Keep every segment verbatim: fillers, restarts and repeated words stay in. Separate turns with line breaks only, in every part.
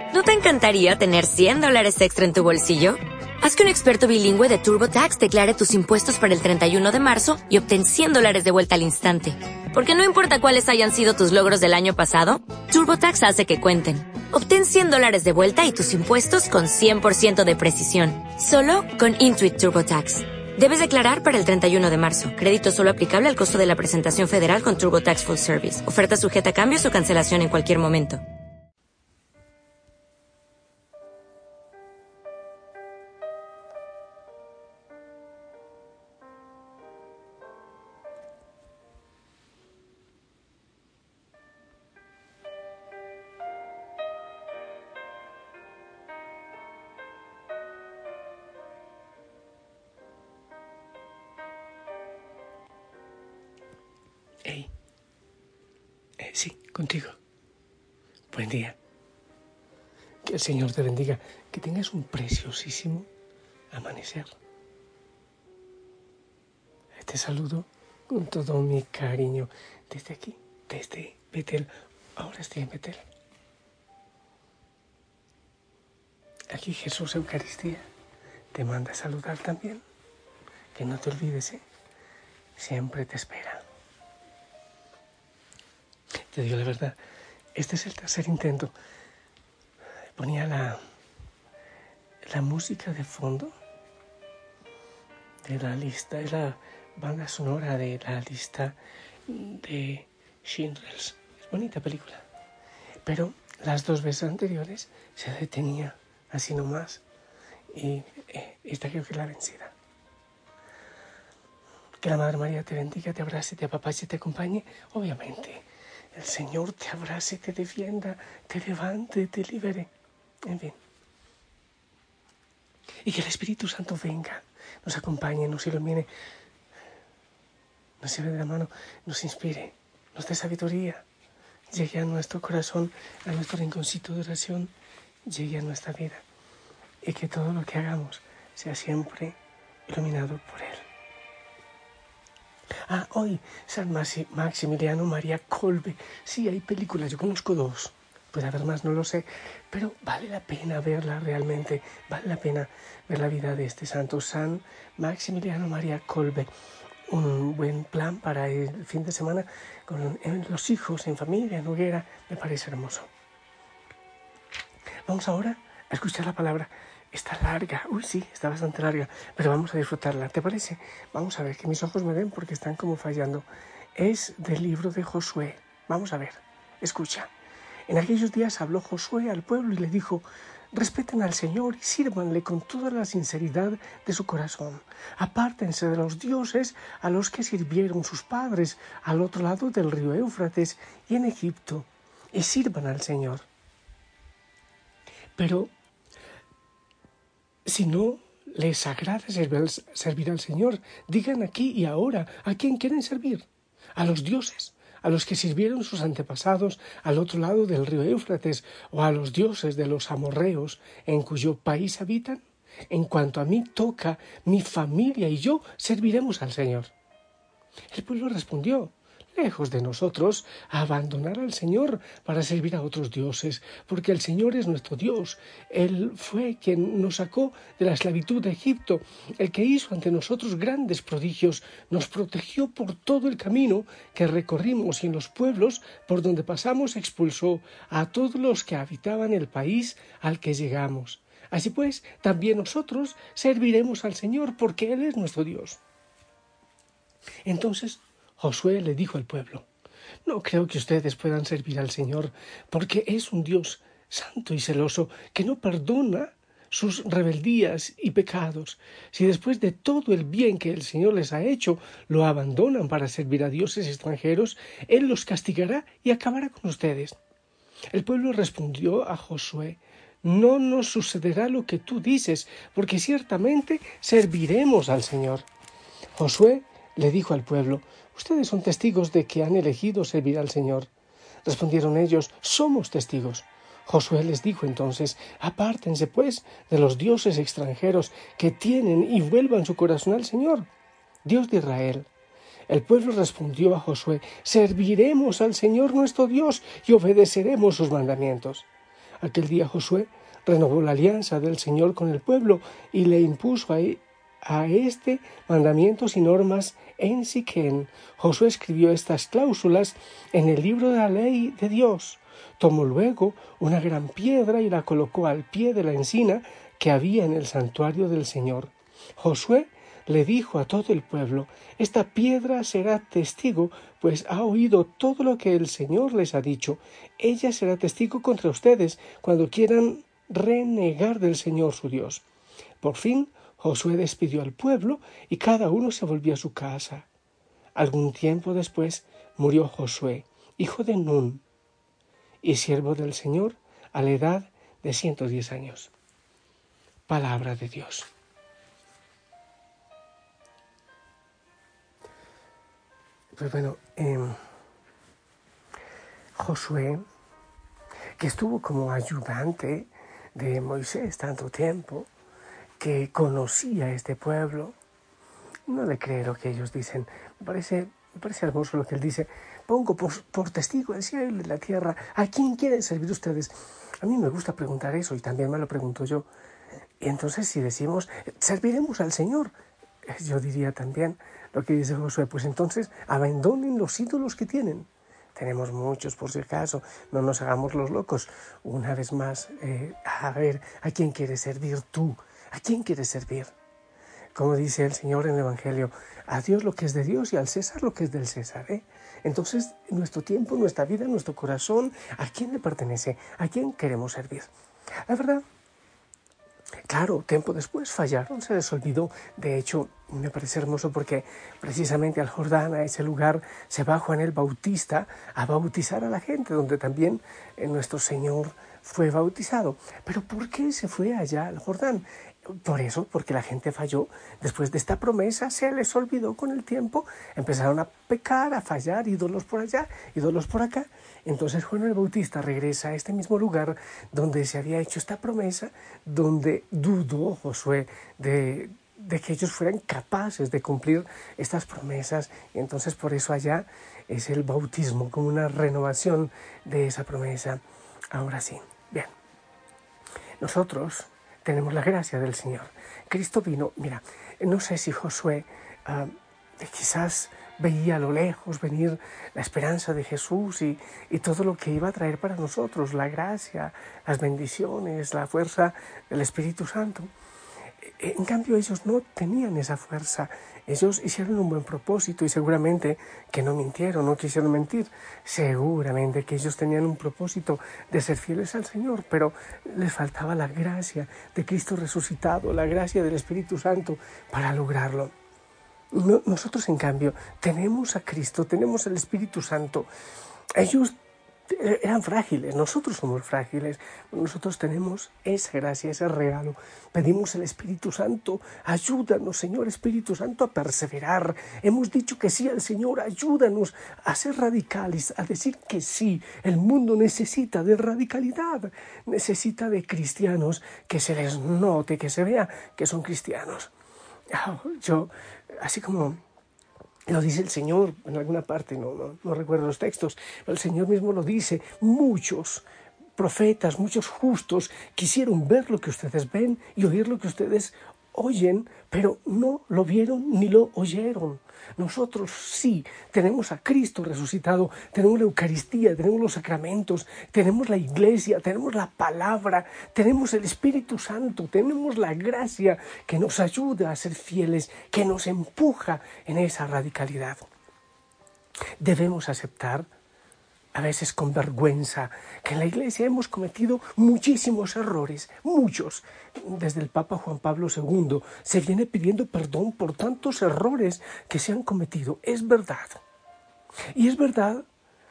¿No te encantaría tener cien dólares extra en tu bolsillo? Haz que un experto bilingüe de TurboTax declare tus impuestos para el treinta y uno de marzo y obtén cien dólares de vuelta al instante. Porque no importa cuáles hayan sido tus logros del año pasado, TurboTax hace que cuenten. Obtén cien dólares de vuelta y tus impuestos con cien por ciento de precisión. Solo con Intuit TurboTax. Debes declarar para el treinta y uno de marzo. Crédito solo aplicable al costo de la presentación federal con TurboTax Full Service. Oferta sujeta a cambios o cancelación en cualquier momento.
Hey, eh, sí, contigo. Buen día. Que el Señor te bendiga. Que tengas un preciosísimo amanecer. Te saludo con todo mi cariño desde aquí, desde Betel. Ahora estoy en Betel. Aquí Jesús Eucaristía te manda a saludar también. Que no te olvides, ¿eh? Siempre te espera. Te digo la verdad, este es el tercer intento. Ponía la, la música de fondo de la lista, de la banda sonora de la lista de Schindler's. Es bonita película. Pero las dos veces anteriores se detenía así nomás. Y eh, esta creo que es la vencida. Que la Madre María te bendiga, te abrace, te apapache y te acompañe. Obviamente, el Señor te abrace, te defienda, te levante, te libere. En fin. Y que el Espíritu Santo venga, nos acompañe, nos ilumine, nos lleve de la mano, nos inspire, nos dé sabiduría, llegue a nuestro corazón, a nuestro rinconcito de oración, llegue a nuestra vida. Y que todo lo que hagamos sea siempre iluminado por Él. Ah, hoy San Maximiliano María Kolbe. Sí, hay películas, yo conozco dos. Puede haber más, no lo sé, pero vale la pena verla realmente. Vale la pena ver la vida de este santo, San Maximiliano María Kolbe. Un buen plan para el fin de semana con los hijos, en familia, en hoguera. Me parece hermoso. Vamos ahora a escuchar la palabra. Está larga, uy sí, está bastante larga, pero vamos a disfrutarla, ¿te parece? Vamos a ver, que mis ojos me ven porque están como fallando. Es del libro de Josué. Vamos a ver, escucha. En aquellos días habló Josué al pueblo y le dijo: respeten al Señor y sírvanle con toda la sinceridad de su corazón. Apártense de los dioses a los que sirvieron sus padres al otro lado del río Éufrates y en Egipto, y sirvan al Señor. Pero si no les agrada servir al Señor, digan aquí y ahora, ¿a quién quieren servir? ¿A los dioses, a los que sirvieron sus antepasados al otro lado del río Éufrates, o a los dioses de los amorreos en cuyo país habitan? En cuanto a mí toca, mi familia y yo serviremos al Señor. El pueblo respondió: lejos de nosotros abandonar al Señor para servir a otros dioses, porque el Señor es nuestro Dios. Él fue quien nos sacó de la esclavitud de Egipto, el que hizo ante nosotros grandes prodigios, nos protegió por todo el camino que recorrimos y en los pueblos por donde pasamos expulsó a todos los que habitaban el país al que llegamos. Así pues, también nosotros serviremos al Señor, porque Él es nuestro Dios. Entonces Josué le dijo al pueblo: no creo que ustedes puedan servir al Señor, porque es un Dios santo y celoso que no perdona sus rebeldías y pecados. Si después de todo el bien que el Señor les ha hecho, lo abandonan para servir a dioses extranjeros, Él los castigará y acabará con ustedes. El pueblo respondió a Josué: no nos sucederá lo que tú dices, porque ciertamente serviremos al Señor. Josué le dijo al pueblo: ustedes son testigos de que han elegido servir al Señor. Respondieron ellos: somos testigos. Josué les dijo entonces: apártense pues de los dioses extranjeros que tienen y vuelvan su corazón al Señor, Dios de Israel. El pueblo respondió a Josué: serviremos al Señor nuestro Dios y obedeceremos sus mandamientos. Aquel día Josué renovó la alianza del Señor con el pueblo y le impuso a, a este mandamientos y normas en Siquén. Josué escribió estas cláusulas en el libro de la ley de Dios. Tomó luego una gran piedra y la colocó al pie de la encina que había en el santuario del Señor. Josué le dijo a todo el pueblo: esta piedra será testigo, pues ha oído todo lo que el Señor les ha dicho. Ella será testigo contra ustedes cuando quieran renegar del Señor su Dios. Por fin Josué despidió al pueblo y cada uno se volvió a su casa. Algún tiempo después murió Josué, hijo de Nun, y siervo del Señor, a la edad de ciento diez años. Palabra de Dios. Pues bueno, eh, Josué, que estuvo como ayudante de Moisés tanto tiempo, que conocía a este pueblo, no le cree lo que ellos dicen. Me parece, me parece hermoso lo que él dice: pongo por, por testigo el cielo y la tierra. ¿A quién quieren servir ustedes? A mí me gusta preguntar eso y también me lo pregunto yo. Y entonces si decimos, serviremos al Señor, yo diría también lo que dice Josué: pues entonces abandonen los ídolos que tienen. Tenemos muchos, por si acaso, no nos hagamos los locos. Una vez más, eh, a ver, ¿a quién quieres servir tú? ¿A quién quieres servir? Como dice el Señor en el Evangelio: a Dios lo que es de Dios y al César lo que es del César. ¿eh? Entonces, nuestro tiempo, nuestra vida, nuestro corazón, ¿a quién le pertenece? ¿A quién queremos servir? La verdad, claro, tiempo después fallaron, se les olvidó. De hecho, me parece hermoso porque precisamente al Jordán, a ese lugar, se va Juan el Bautista a bautizar a la gente, donde también nuestro Señor fue bautizado. Pero ¿por qué se fue allá al Jordán? Por eso, porque la gente falló. Después de esta promesa se les olvidó con el tiempo, empezaron a pecar, a fallar, ídolos por allá, ídolos por acá. Entonces Juan el Bautista regresa a este mismo lugar donde se había hecho esta promesa, donde dudó Josué de, de que ellos fueran capaces de cumplir estas promesas. Y entonces por eso allá es el bautismo, como una renovación de esa promesa. Ahora sí, bien, nosotros tenemos la gracia del Señor. Cristo vino, mira, no sé si Josué uh, quizás veía a lo lejos venir la esperanza de Jesús y, y todo lo que iba a traer para nosotros, la gracia, las bendiciones, la fuerza del Espíritu Santo. En cambio, ellos no tenían esa fuerza. Ellos hicieron un buen propósito y seguramente que no mintieron, no quisieron mentir. Seguramente que ellos tenían un propósito de ser fieles al Señor, pero les faltaba la gracia de Cristo resucitado, la gracia del Espíritu Santo para lograrlo. Nosotros, en cambio, tenemos a Cristo, tenemos el Espíritu Santo. Ellos eran frágiles, nosotros somos frágiles, nosotros tenemos esa gracia, ese regalo. Pedimos el Espíritu Santo: ayúdanos, Señor Espíritu Santo, a perseverar. Hemos dicho que sí al Señor, ayúdanos a ser radicales, a decir que sí. El mundo necesita de radicalidad, necesita de cristianos que se les note, que se vea que son cristianos. Yo, así como lo dice el Señor en alguna parte, no, no, no recuerdo los textos, pero el Señor mismo lo dice: muchos profetas, muchos justos quisieron ver lo que ustedes ven y oír lo que ustedes oyen, pero no lo vieron ni lo oyeron. Nosotros sí tenemos a Cristo resucitado, tenemos la Eucaristía, tenemos los sacramentos, tenemos la Iglesia, tenemos la palabra, tenemos el Espíritu Santo, tenemos la gracia que nos ayuda a ser fieles, que nos empuja en esa radicalidad. Debemos aceptar, a veces con vergüenza, que en la Iglesia hemos cometido muchísimos errores, muchos. Desde el Papa Juan Pablo segundo se viene pidiendo perdón por tantos errores que se han cometido. Es verdad. Y es verdad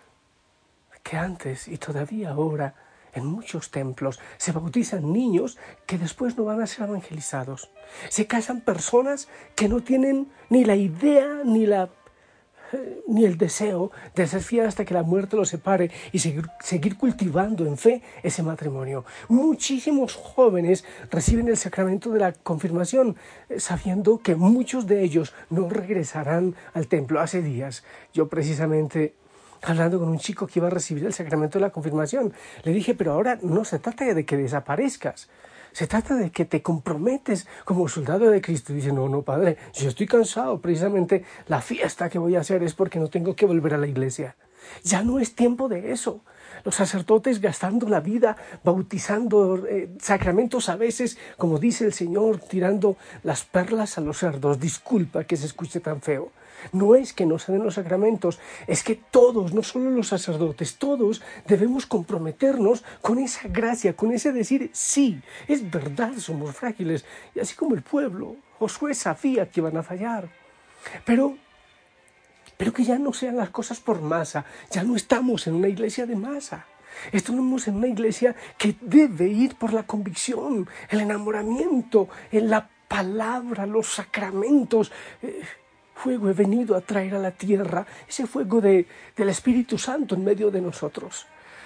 que antes y todavía ahora en muchos templos se bautizan niños que después no van a ser evangelizados. Se casan personas que no tienen ni la idea ni la ni el deseo de ser fiel hasta que la muerte los separe y seguir, seguir cultivando en fe ese matrimonio. Muchísimos jóvenes reciben el sacramento de la confirmación sabiendo que muchos de ellos no regresarán al templo. Hace días yo precisamente hablando con un chico que iba a recibir el sacramento de la confirmación. Le dije, pero ahora no se trata de que desaparezcas, se trata de que te comprometes como soldado de Cristo. Y dice, no, no, padre, yo estoy cansado, precisamente la fiesta que voy a hacer es porque no tengo que volver a la iglesia. Ya no es tiempo de eso. Los sacerdotes gastando la vida, bautizando eh, sacramentos a veces, como dice el Señor, tirando las perlas a los cerdos. Disculpa que se escuche tan feo. No es que no se den los sacramentos, es que todos, no solo los sacerdotes, todos debemos comprometernos con esa gracia, con ese decir, sí, es verdad, somos frágiles. Y así como el pueblo, Josué sabía que iban a fallar. Pero... Pero que ya no sean las cosas por masa, ya no estamos en una iglesia de masa. Estamos en una iglesia que debe ir por la convicción, el enamoramiento, en la palabra, los sacramentos. Eh, fuego he venido a traer a la tierra, ese fuego de, del Espíritu Santo en medio de nosotros.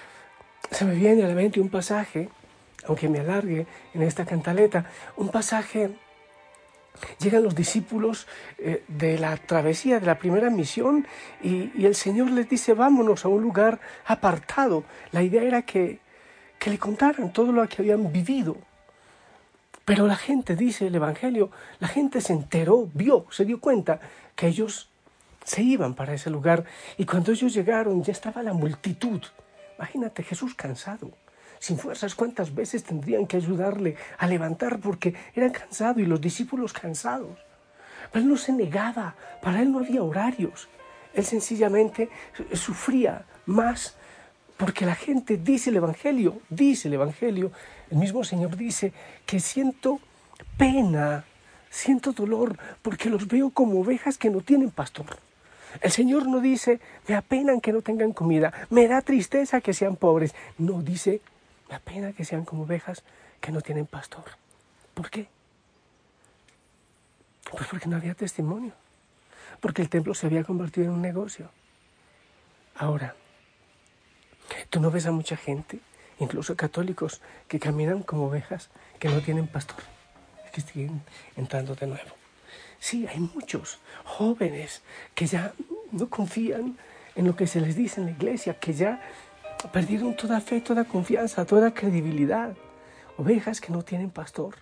Se me viene a la mente un pasaje, aunque me alargue en esta cantaleta, un pasaje... Llegan los discípulos eh, de la travesía, de la primera misión, y, y el Señor les dice, vámonos a un lugar apartado. La idea era que, que le contaran todo lo que habían vivido. Pero la gente, dice el Evangelio, la gente se enteró, vio, se dio cuenta que ellos se iban para ese lugar. Y cuando ellos llegaron ya estaba la multitud. Imagínate, Jesús cansado, sin fuerzas, cuántas veces tendrían que ayudarle a levantar porque era cansado y los discípulos cansados. Pero él no se negaba, para él no había horarios. Él sencillamente sufría más porque la gente, dice el Evangelio, dice el Evangelio, el mismo Señor dice que siento pena, siento dolor porque los veo como ovejas que no tienen pastor. El Señor no dice, me apenan que no tengan comida, me da tristeza que sean pobres. No, dice, me apena que sean como ovejas que no tienen pastor. ¿Por qué? Pues porque no había testimonio. Porque el templo se había convertido en un negocio. Ahora, tú no ves a mucha gente, incluso católicos, que caminan como ovejas que no tienen pastor. Que siguen entrando de nuevo. Sí, hay muchos jóvenes que ya no confían en lo que se les dice en la iglesia, que ya perdieron toda fe, toda confianza, toda credibilidad. Ovejas que no tienen pastor.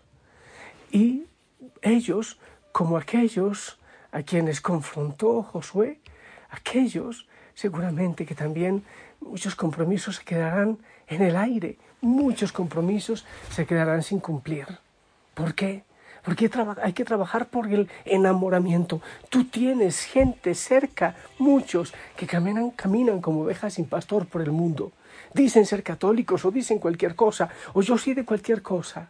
Y ellos, como aquellos a quienes confrontó Josué, aquellos seguramente que también muchos compromisos se quedarán en el aire, muchos compromisos se quedarán sin cumplir. ¿Por qué? Porque hay que trabajar por el enamoramiento. Tú tienes gente cerca, muchos, que caminan, caminan como ovejas sin pastor por el mundo. Dicen ser católicos o dicen cualquier cosa, o yo soy de cualquier cosa.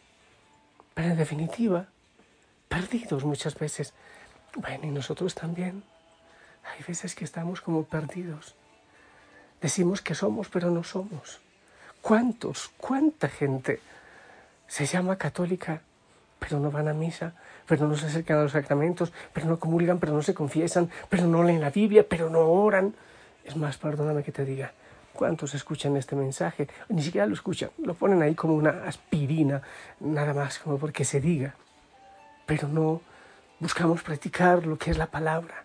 Pero en definitiva, perdidos muchas veces. Bueno, y nosotros también. Hay veces que estamos como perdidos. Decimos que somos, pero no somos. ¿Cuántos, cuánta gente se llama católica, pero no van a misa, pero no se acercan a los sacramentos, pero no comulgan, pero no se confiesan, pero no leen la Biblia, pero no oran? Es más, perdóname que te diga, ¿cuántos escuchan este mensaje? Ni siquiera lo escuchan, lo ponen ahí como una aspirina, nada más, como porque se diga. Pero no buscamos practicar lo que es la palabra.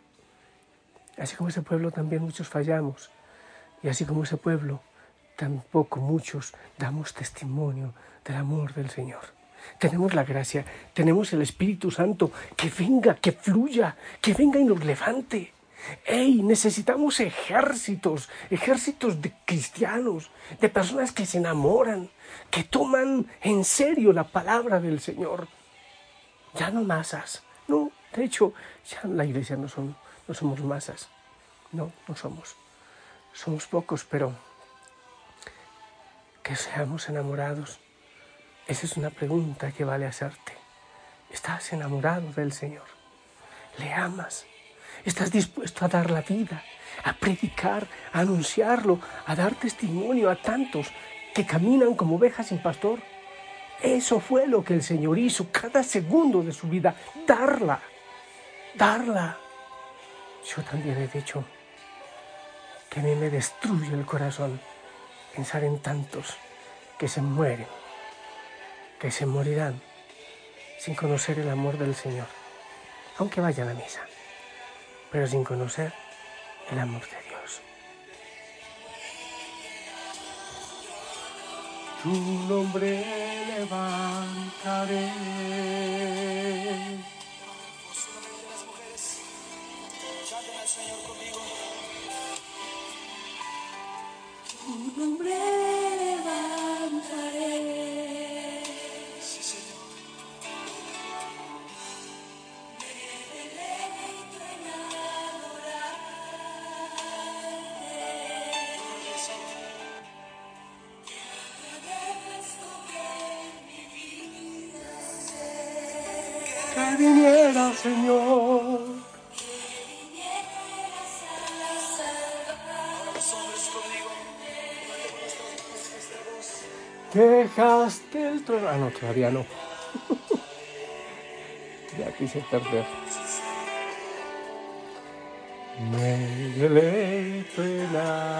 Así como ese pueblo también muchos fallamos. Y así como ese pueblo, tampoco muchos damos testimonio del amor del Señor. Tenemos la gracia, tenemos el Espíritu Santo, que venga, que fluya, que venga y nos levante. ¡Ey! Necesitamos ejércitos, ejércitos de cristianos, de personas que se enamoran, que toman en serio la palabra del Señor. Ya no masas, no, de hecho, ya en la iglesia no, son, no somos masas, no, no somos. Somos pocos, pero que seamos enamorados. Esa es una pregunta que vale hacerte. ¿Estás enamorado del Señor? ¿Le amas? ¿Estás dispuesto a dar la vida, a predicar, a anunciarlo, a dar testimonio a tantos que caminan como ovejas sin pastor? Eso fue lo que el Señor hizo cada segundo de su vida, darla, darla. Yo también he dicho que a mí me destruye el corazón pensar en tantos que se mueren, que se morirán sin conocer el amor del Señor, aunque vayan a misa, pero sin conocer el amor de Dios. tu nombre levantaré.
Solamente las mujeres, canten al Señor conmigo.
Tu nombre levantaré.
Sí, Señor.
Me deleito en adorarte. Agradezco que mi vida sea.
Que viniera, Señor.
Que vinieras a salvar.
Los hombres conmigo.
Dejaste el trono. Ah, no, todavía no. Ya quise perder. Me deleito en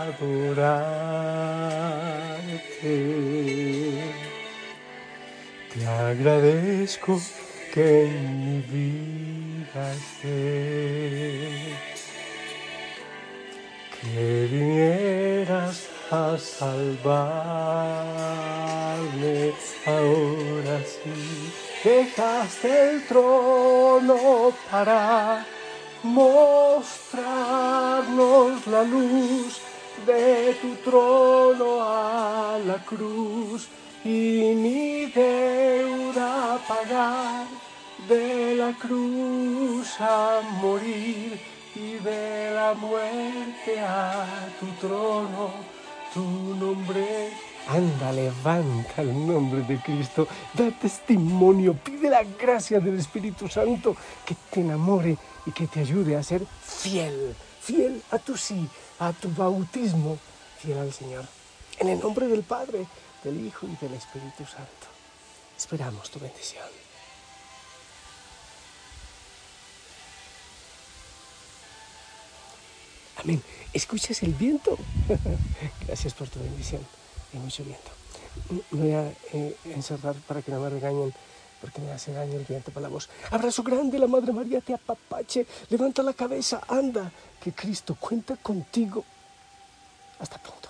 adorarte. Te agradezco que en mi vida estés. Que vinieras a salvarme ahora sí. Dejaste el trono para mostrarnos la luz de tu trono a la cruz y mi deuda pagar, de la cruz a morir y de la muerte a tu trono, tu nombre. Anda, levanta el nombre de Cristo, da testimonio, pide la gracia del Espíritu Santo que te enamore y que te ayude a ser fiel, fiel a tu sí, a tu bautismo, fiel al Señor. En el nombre del Padre, del Hijo y del Espíritu Santo. Esperamos tu bendición. Amén. ¿Escuchas el viento? Gracias por tu bendición. Hay mucho viento. Me voy a eh, encerrar para que no me regañen, porque me hace daño el viento para la voz. Abrazo grande, la Madre María te apapache. Levanta la cabeza, anda, que Cristo cuenta contigo. Hasta pronto.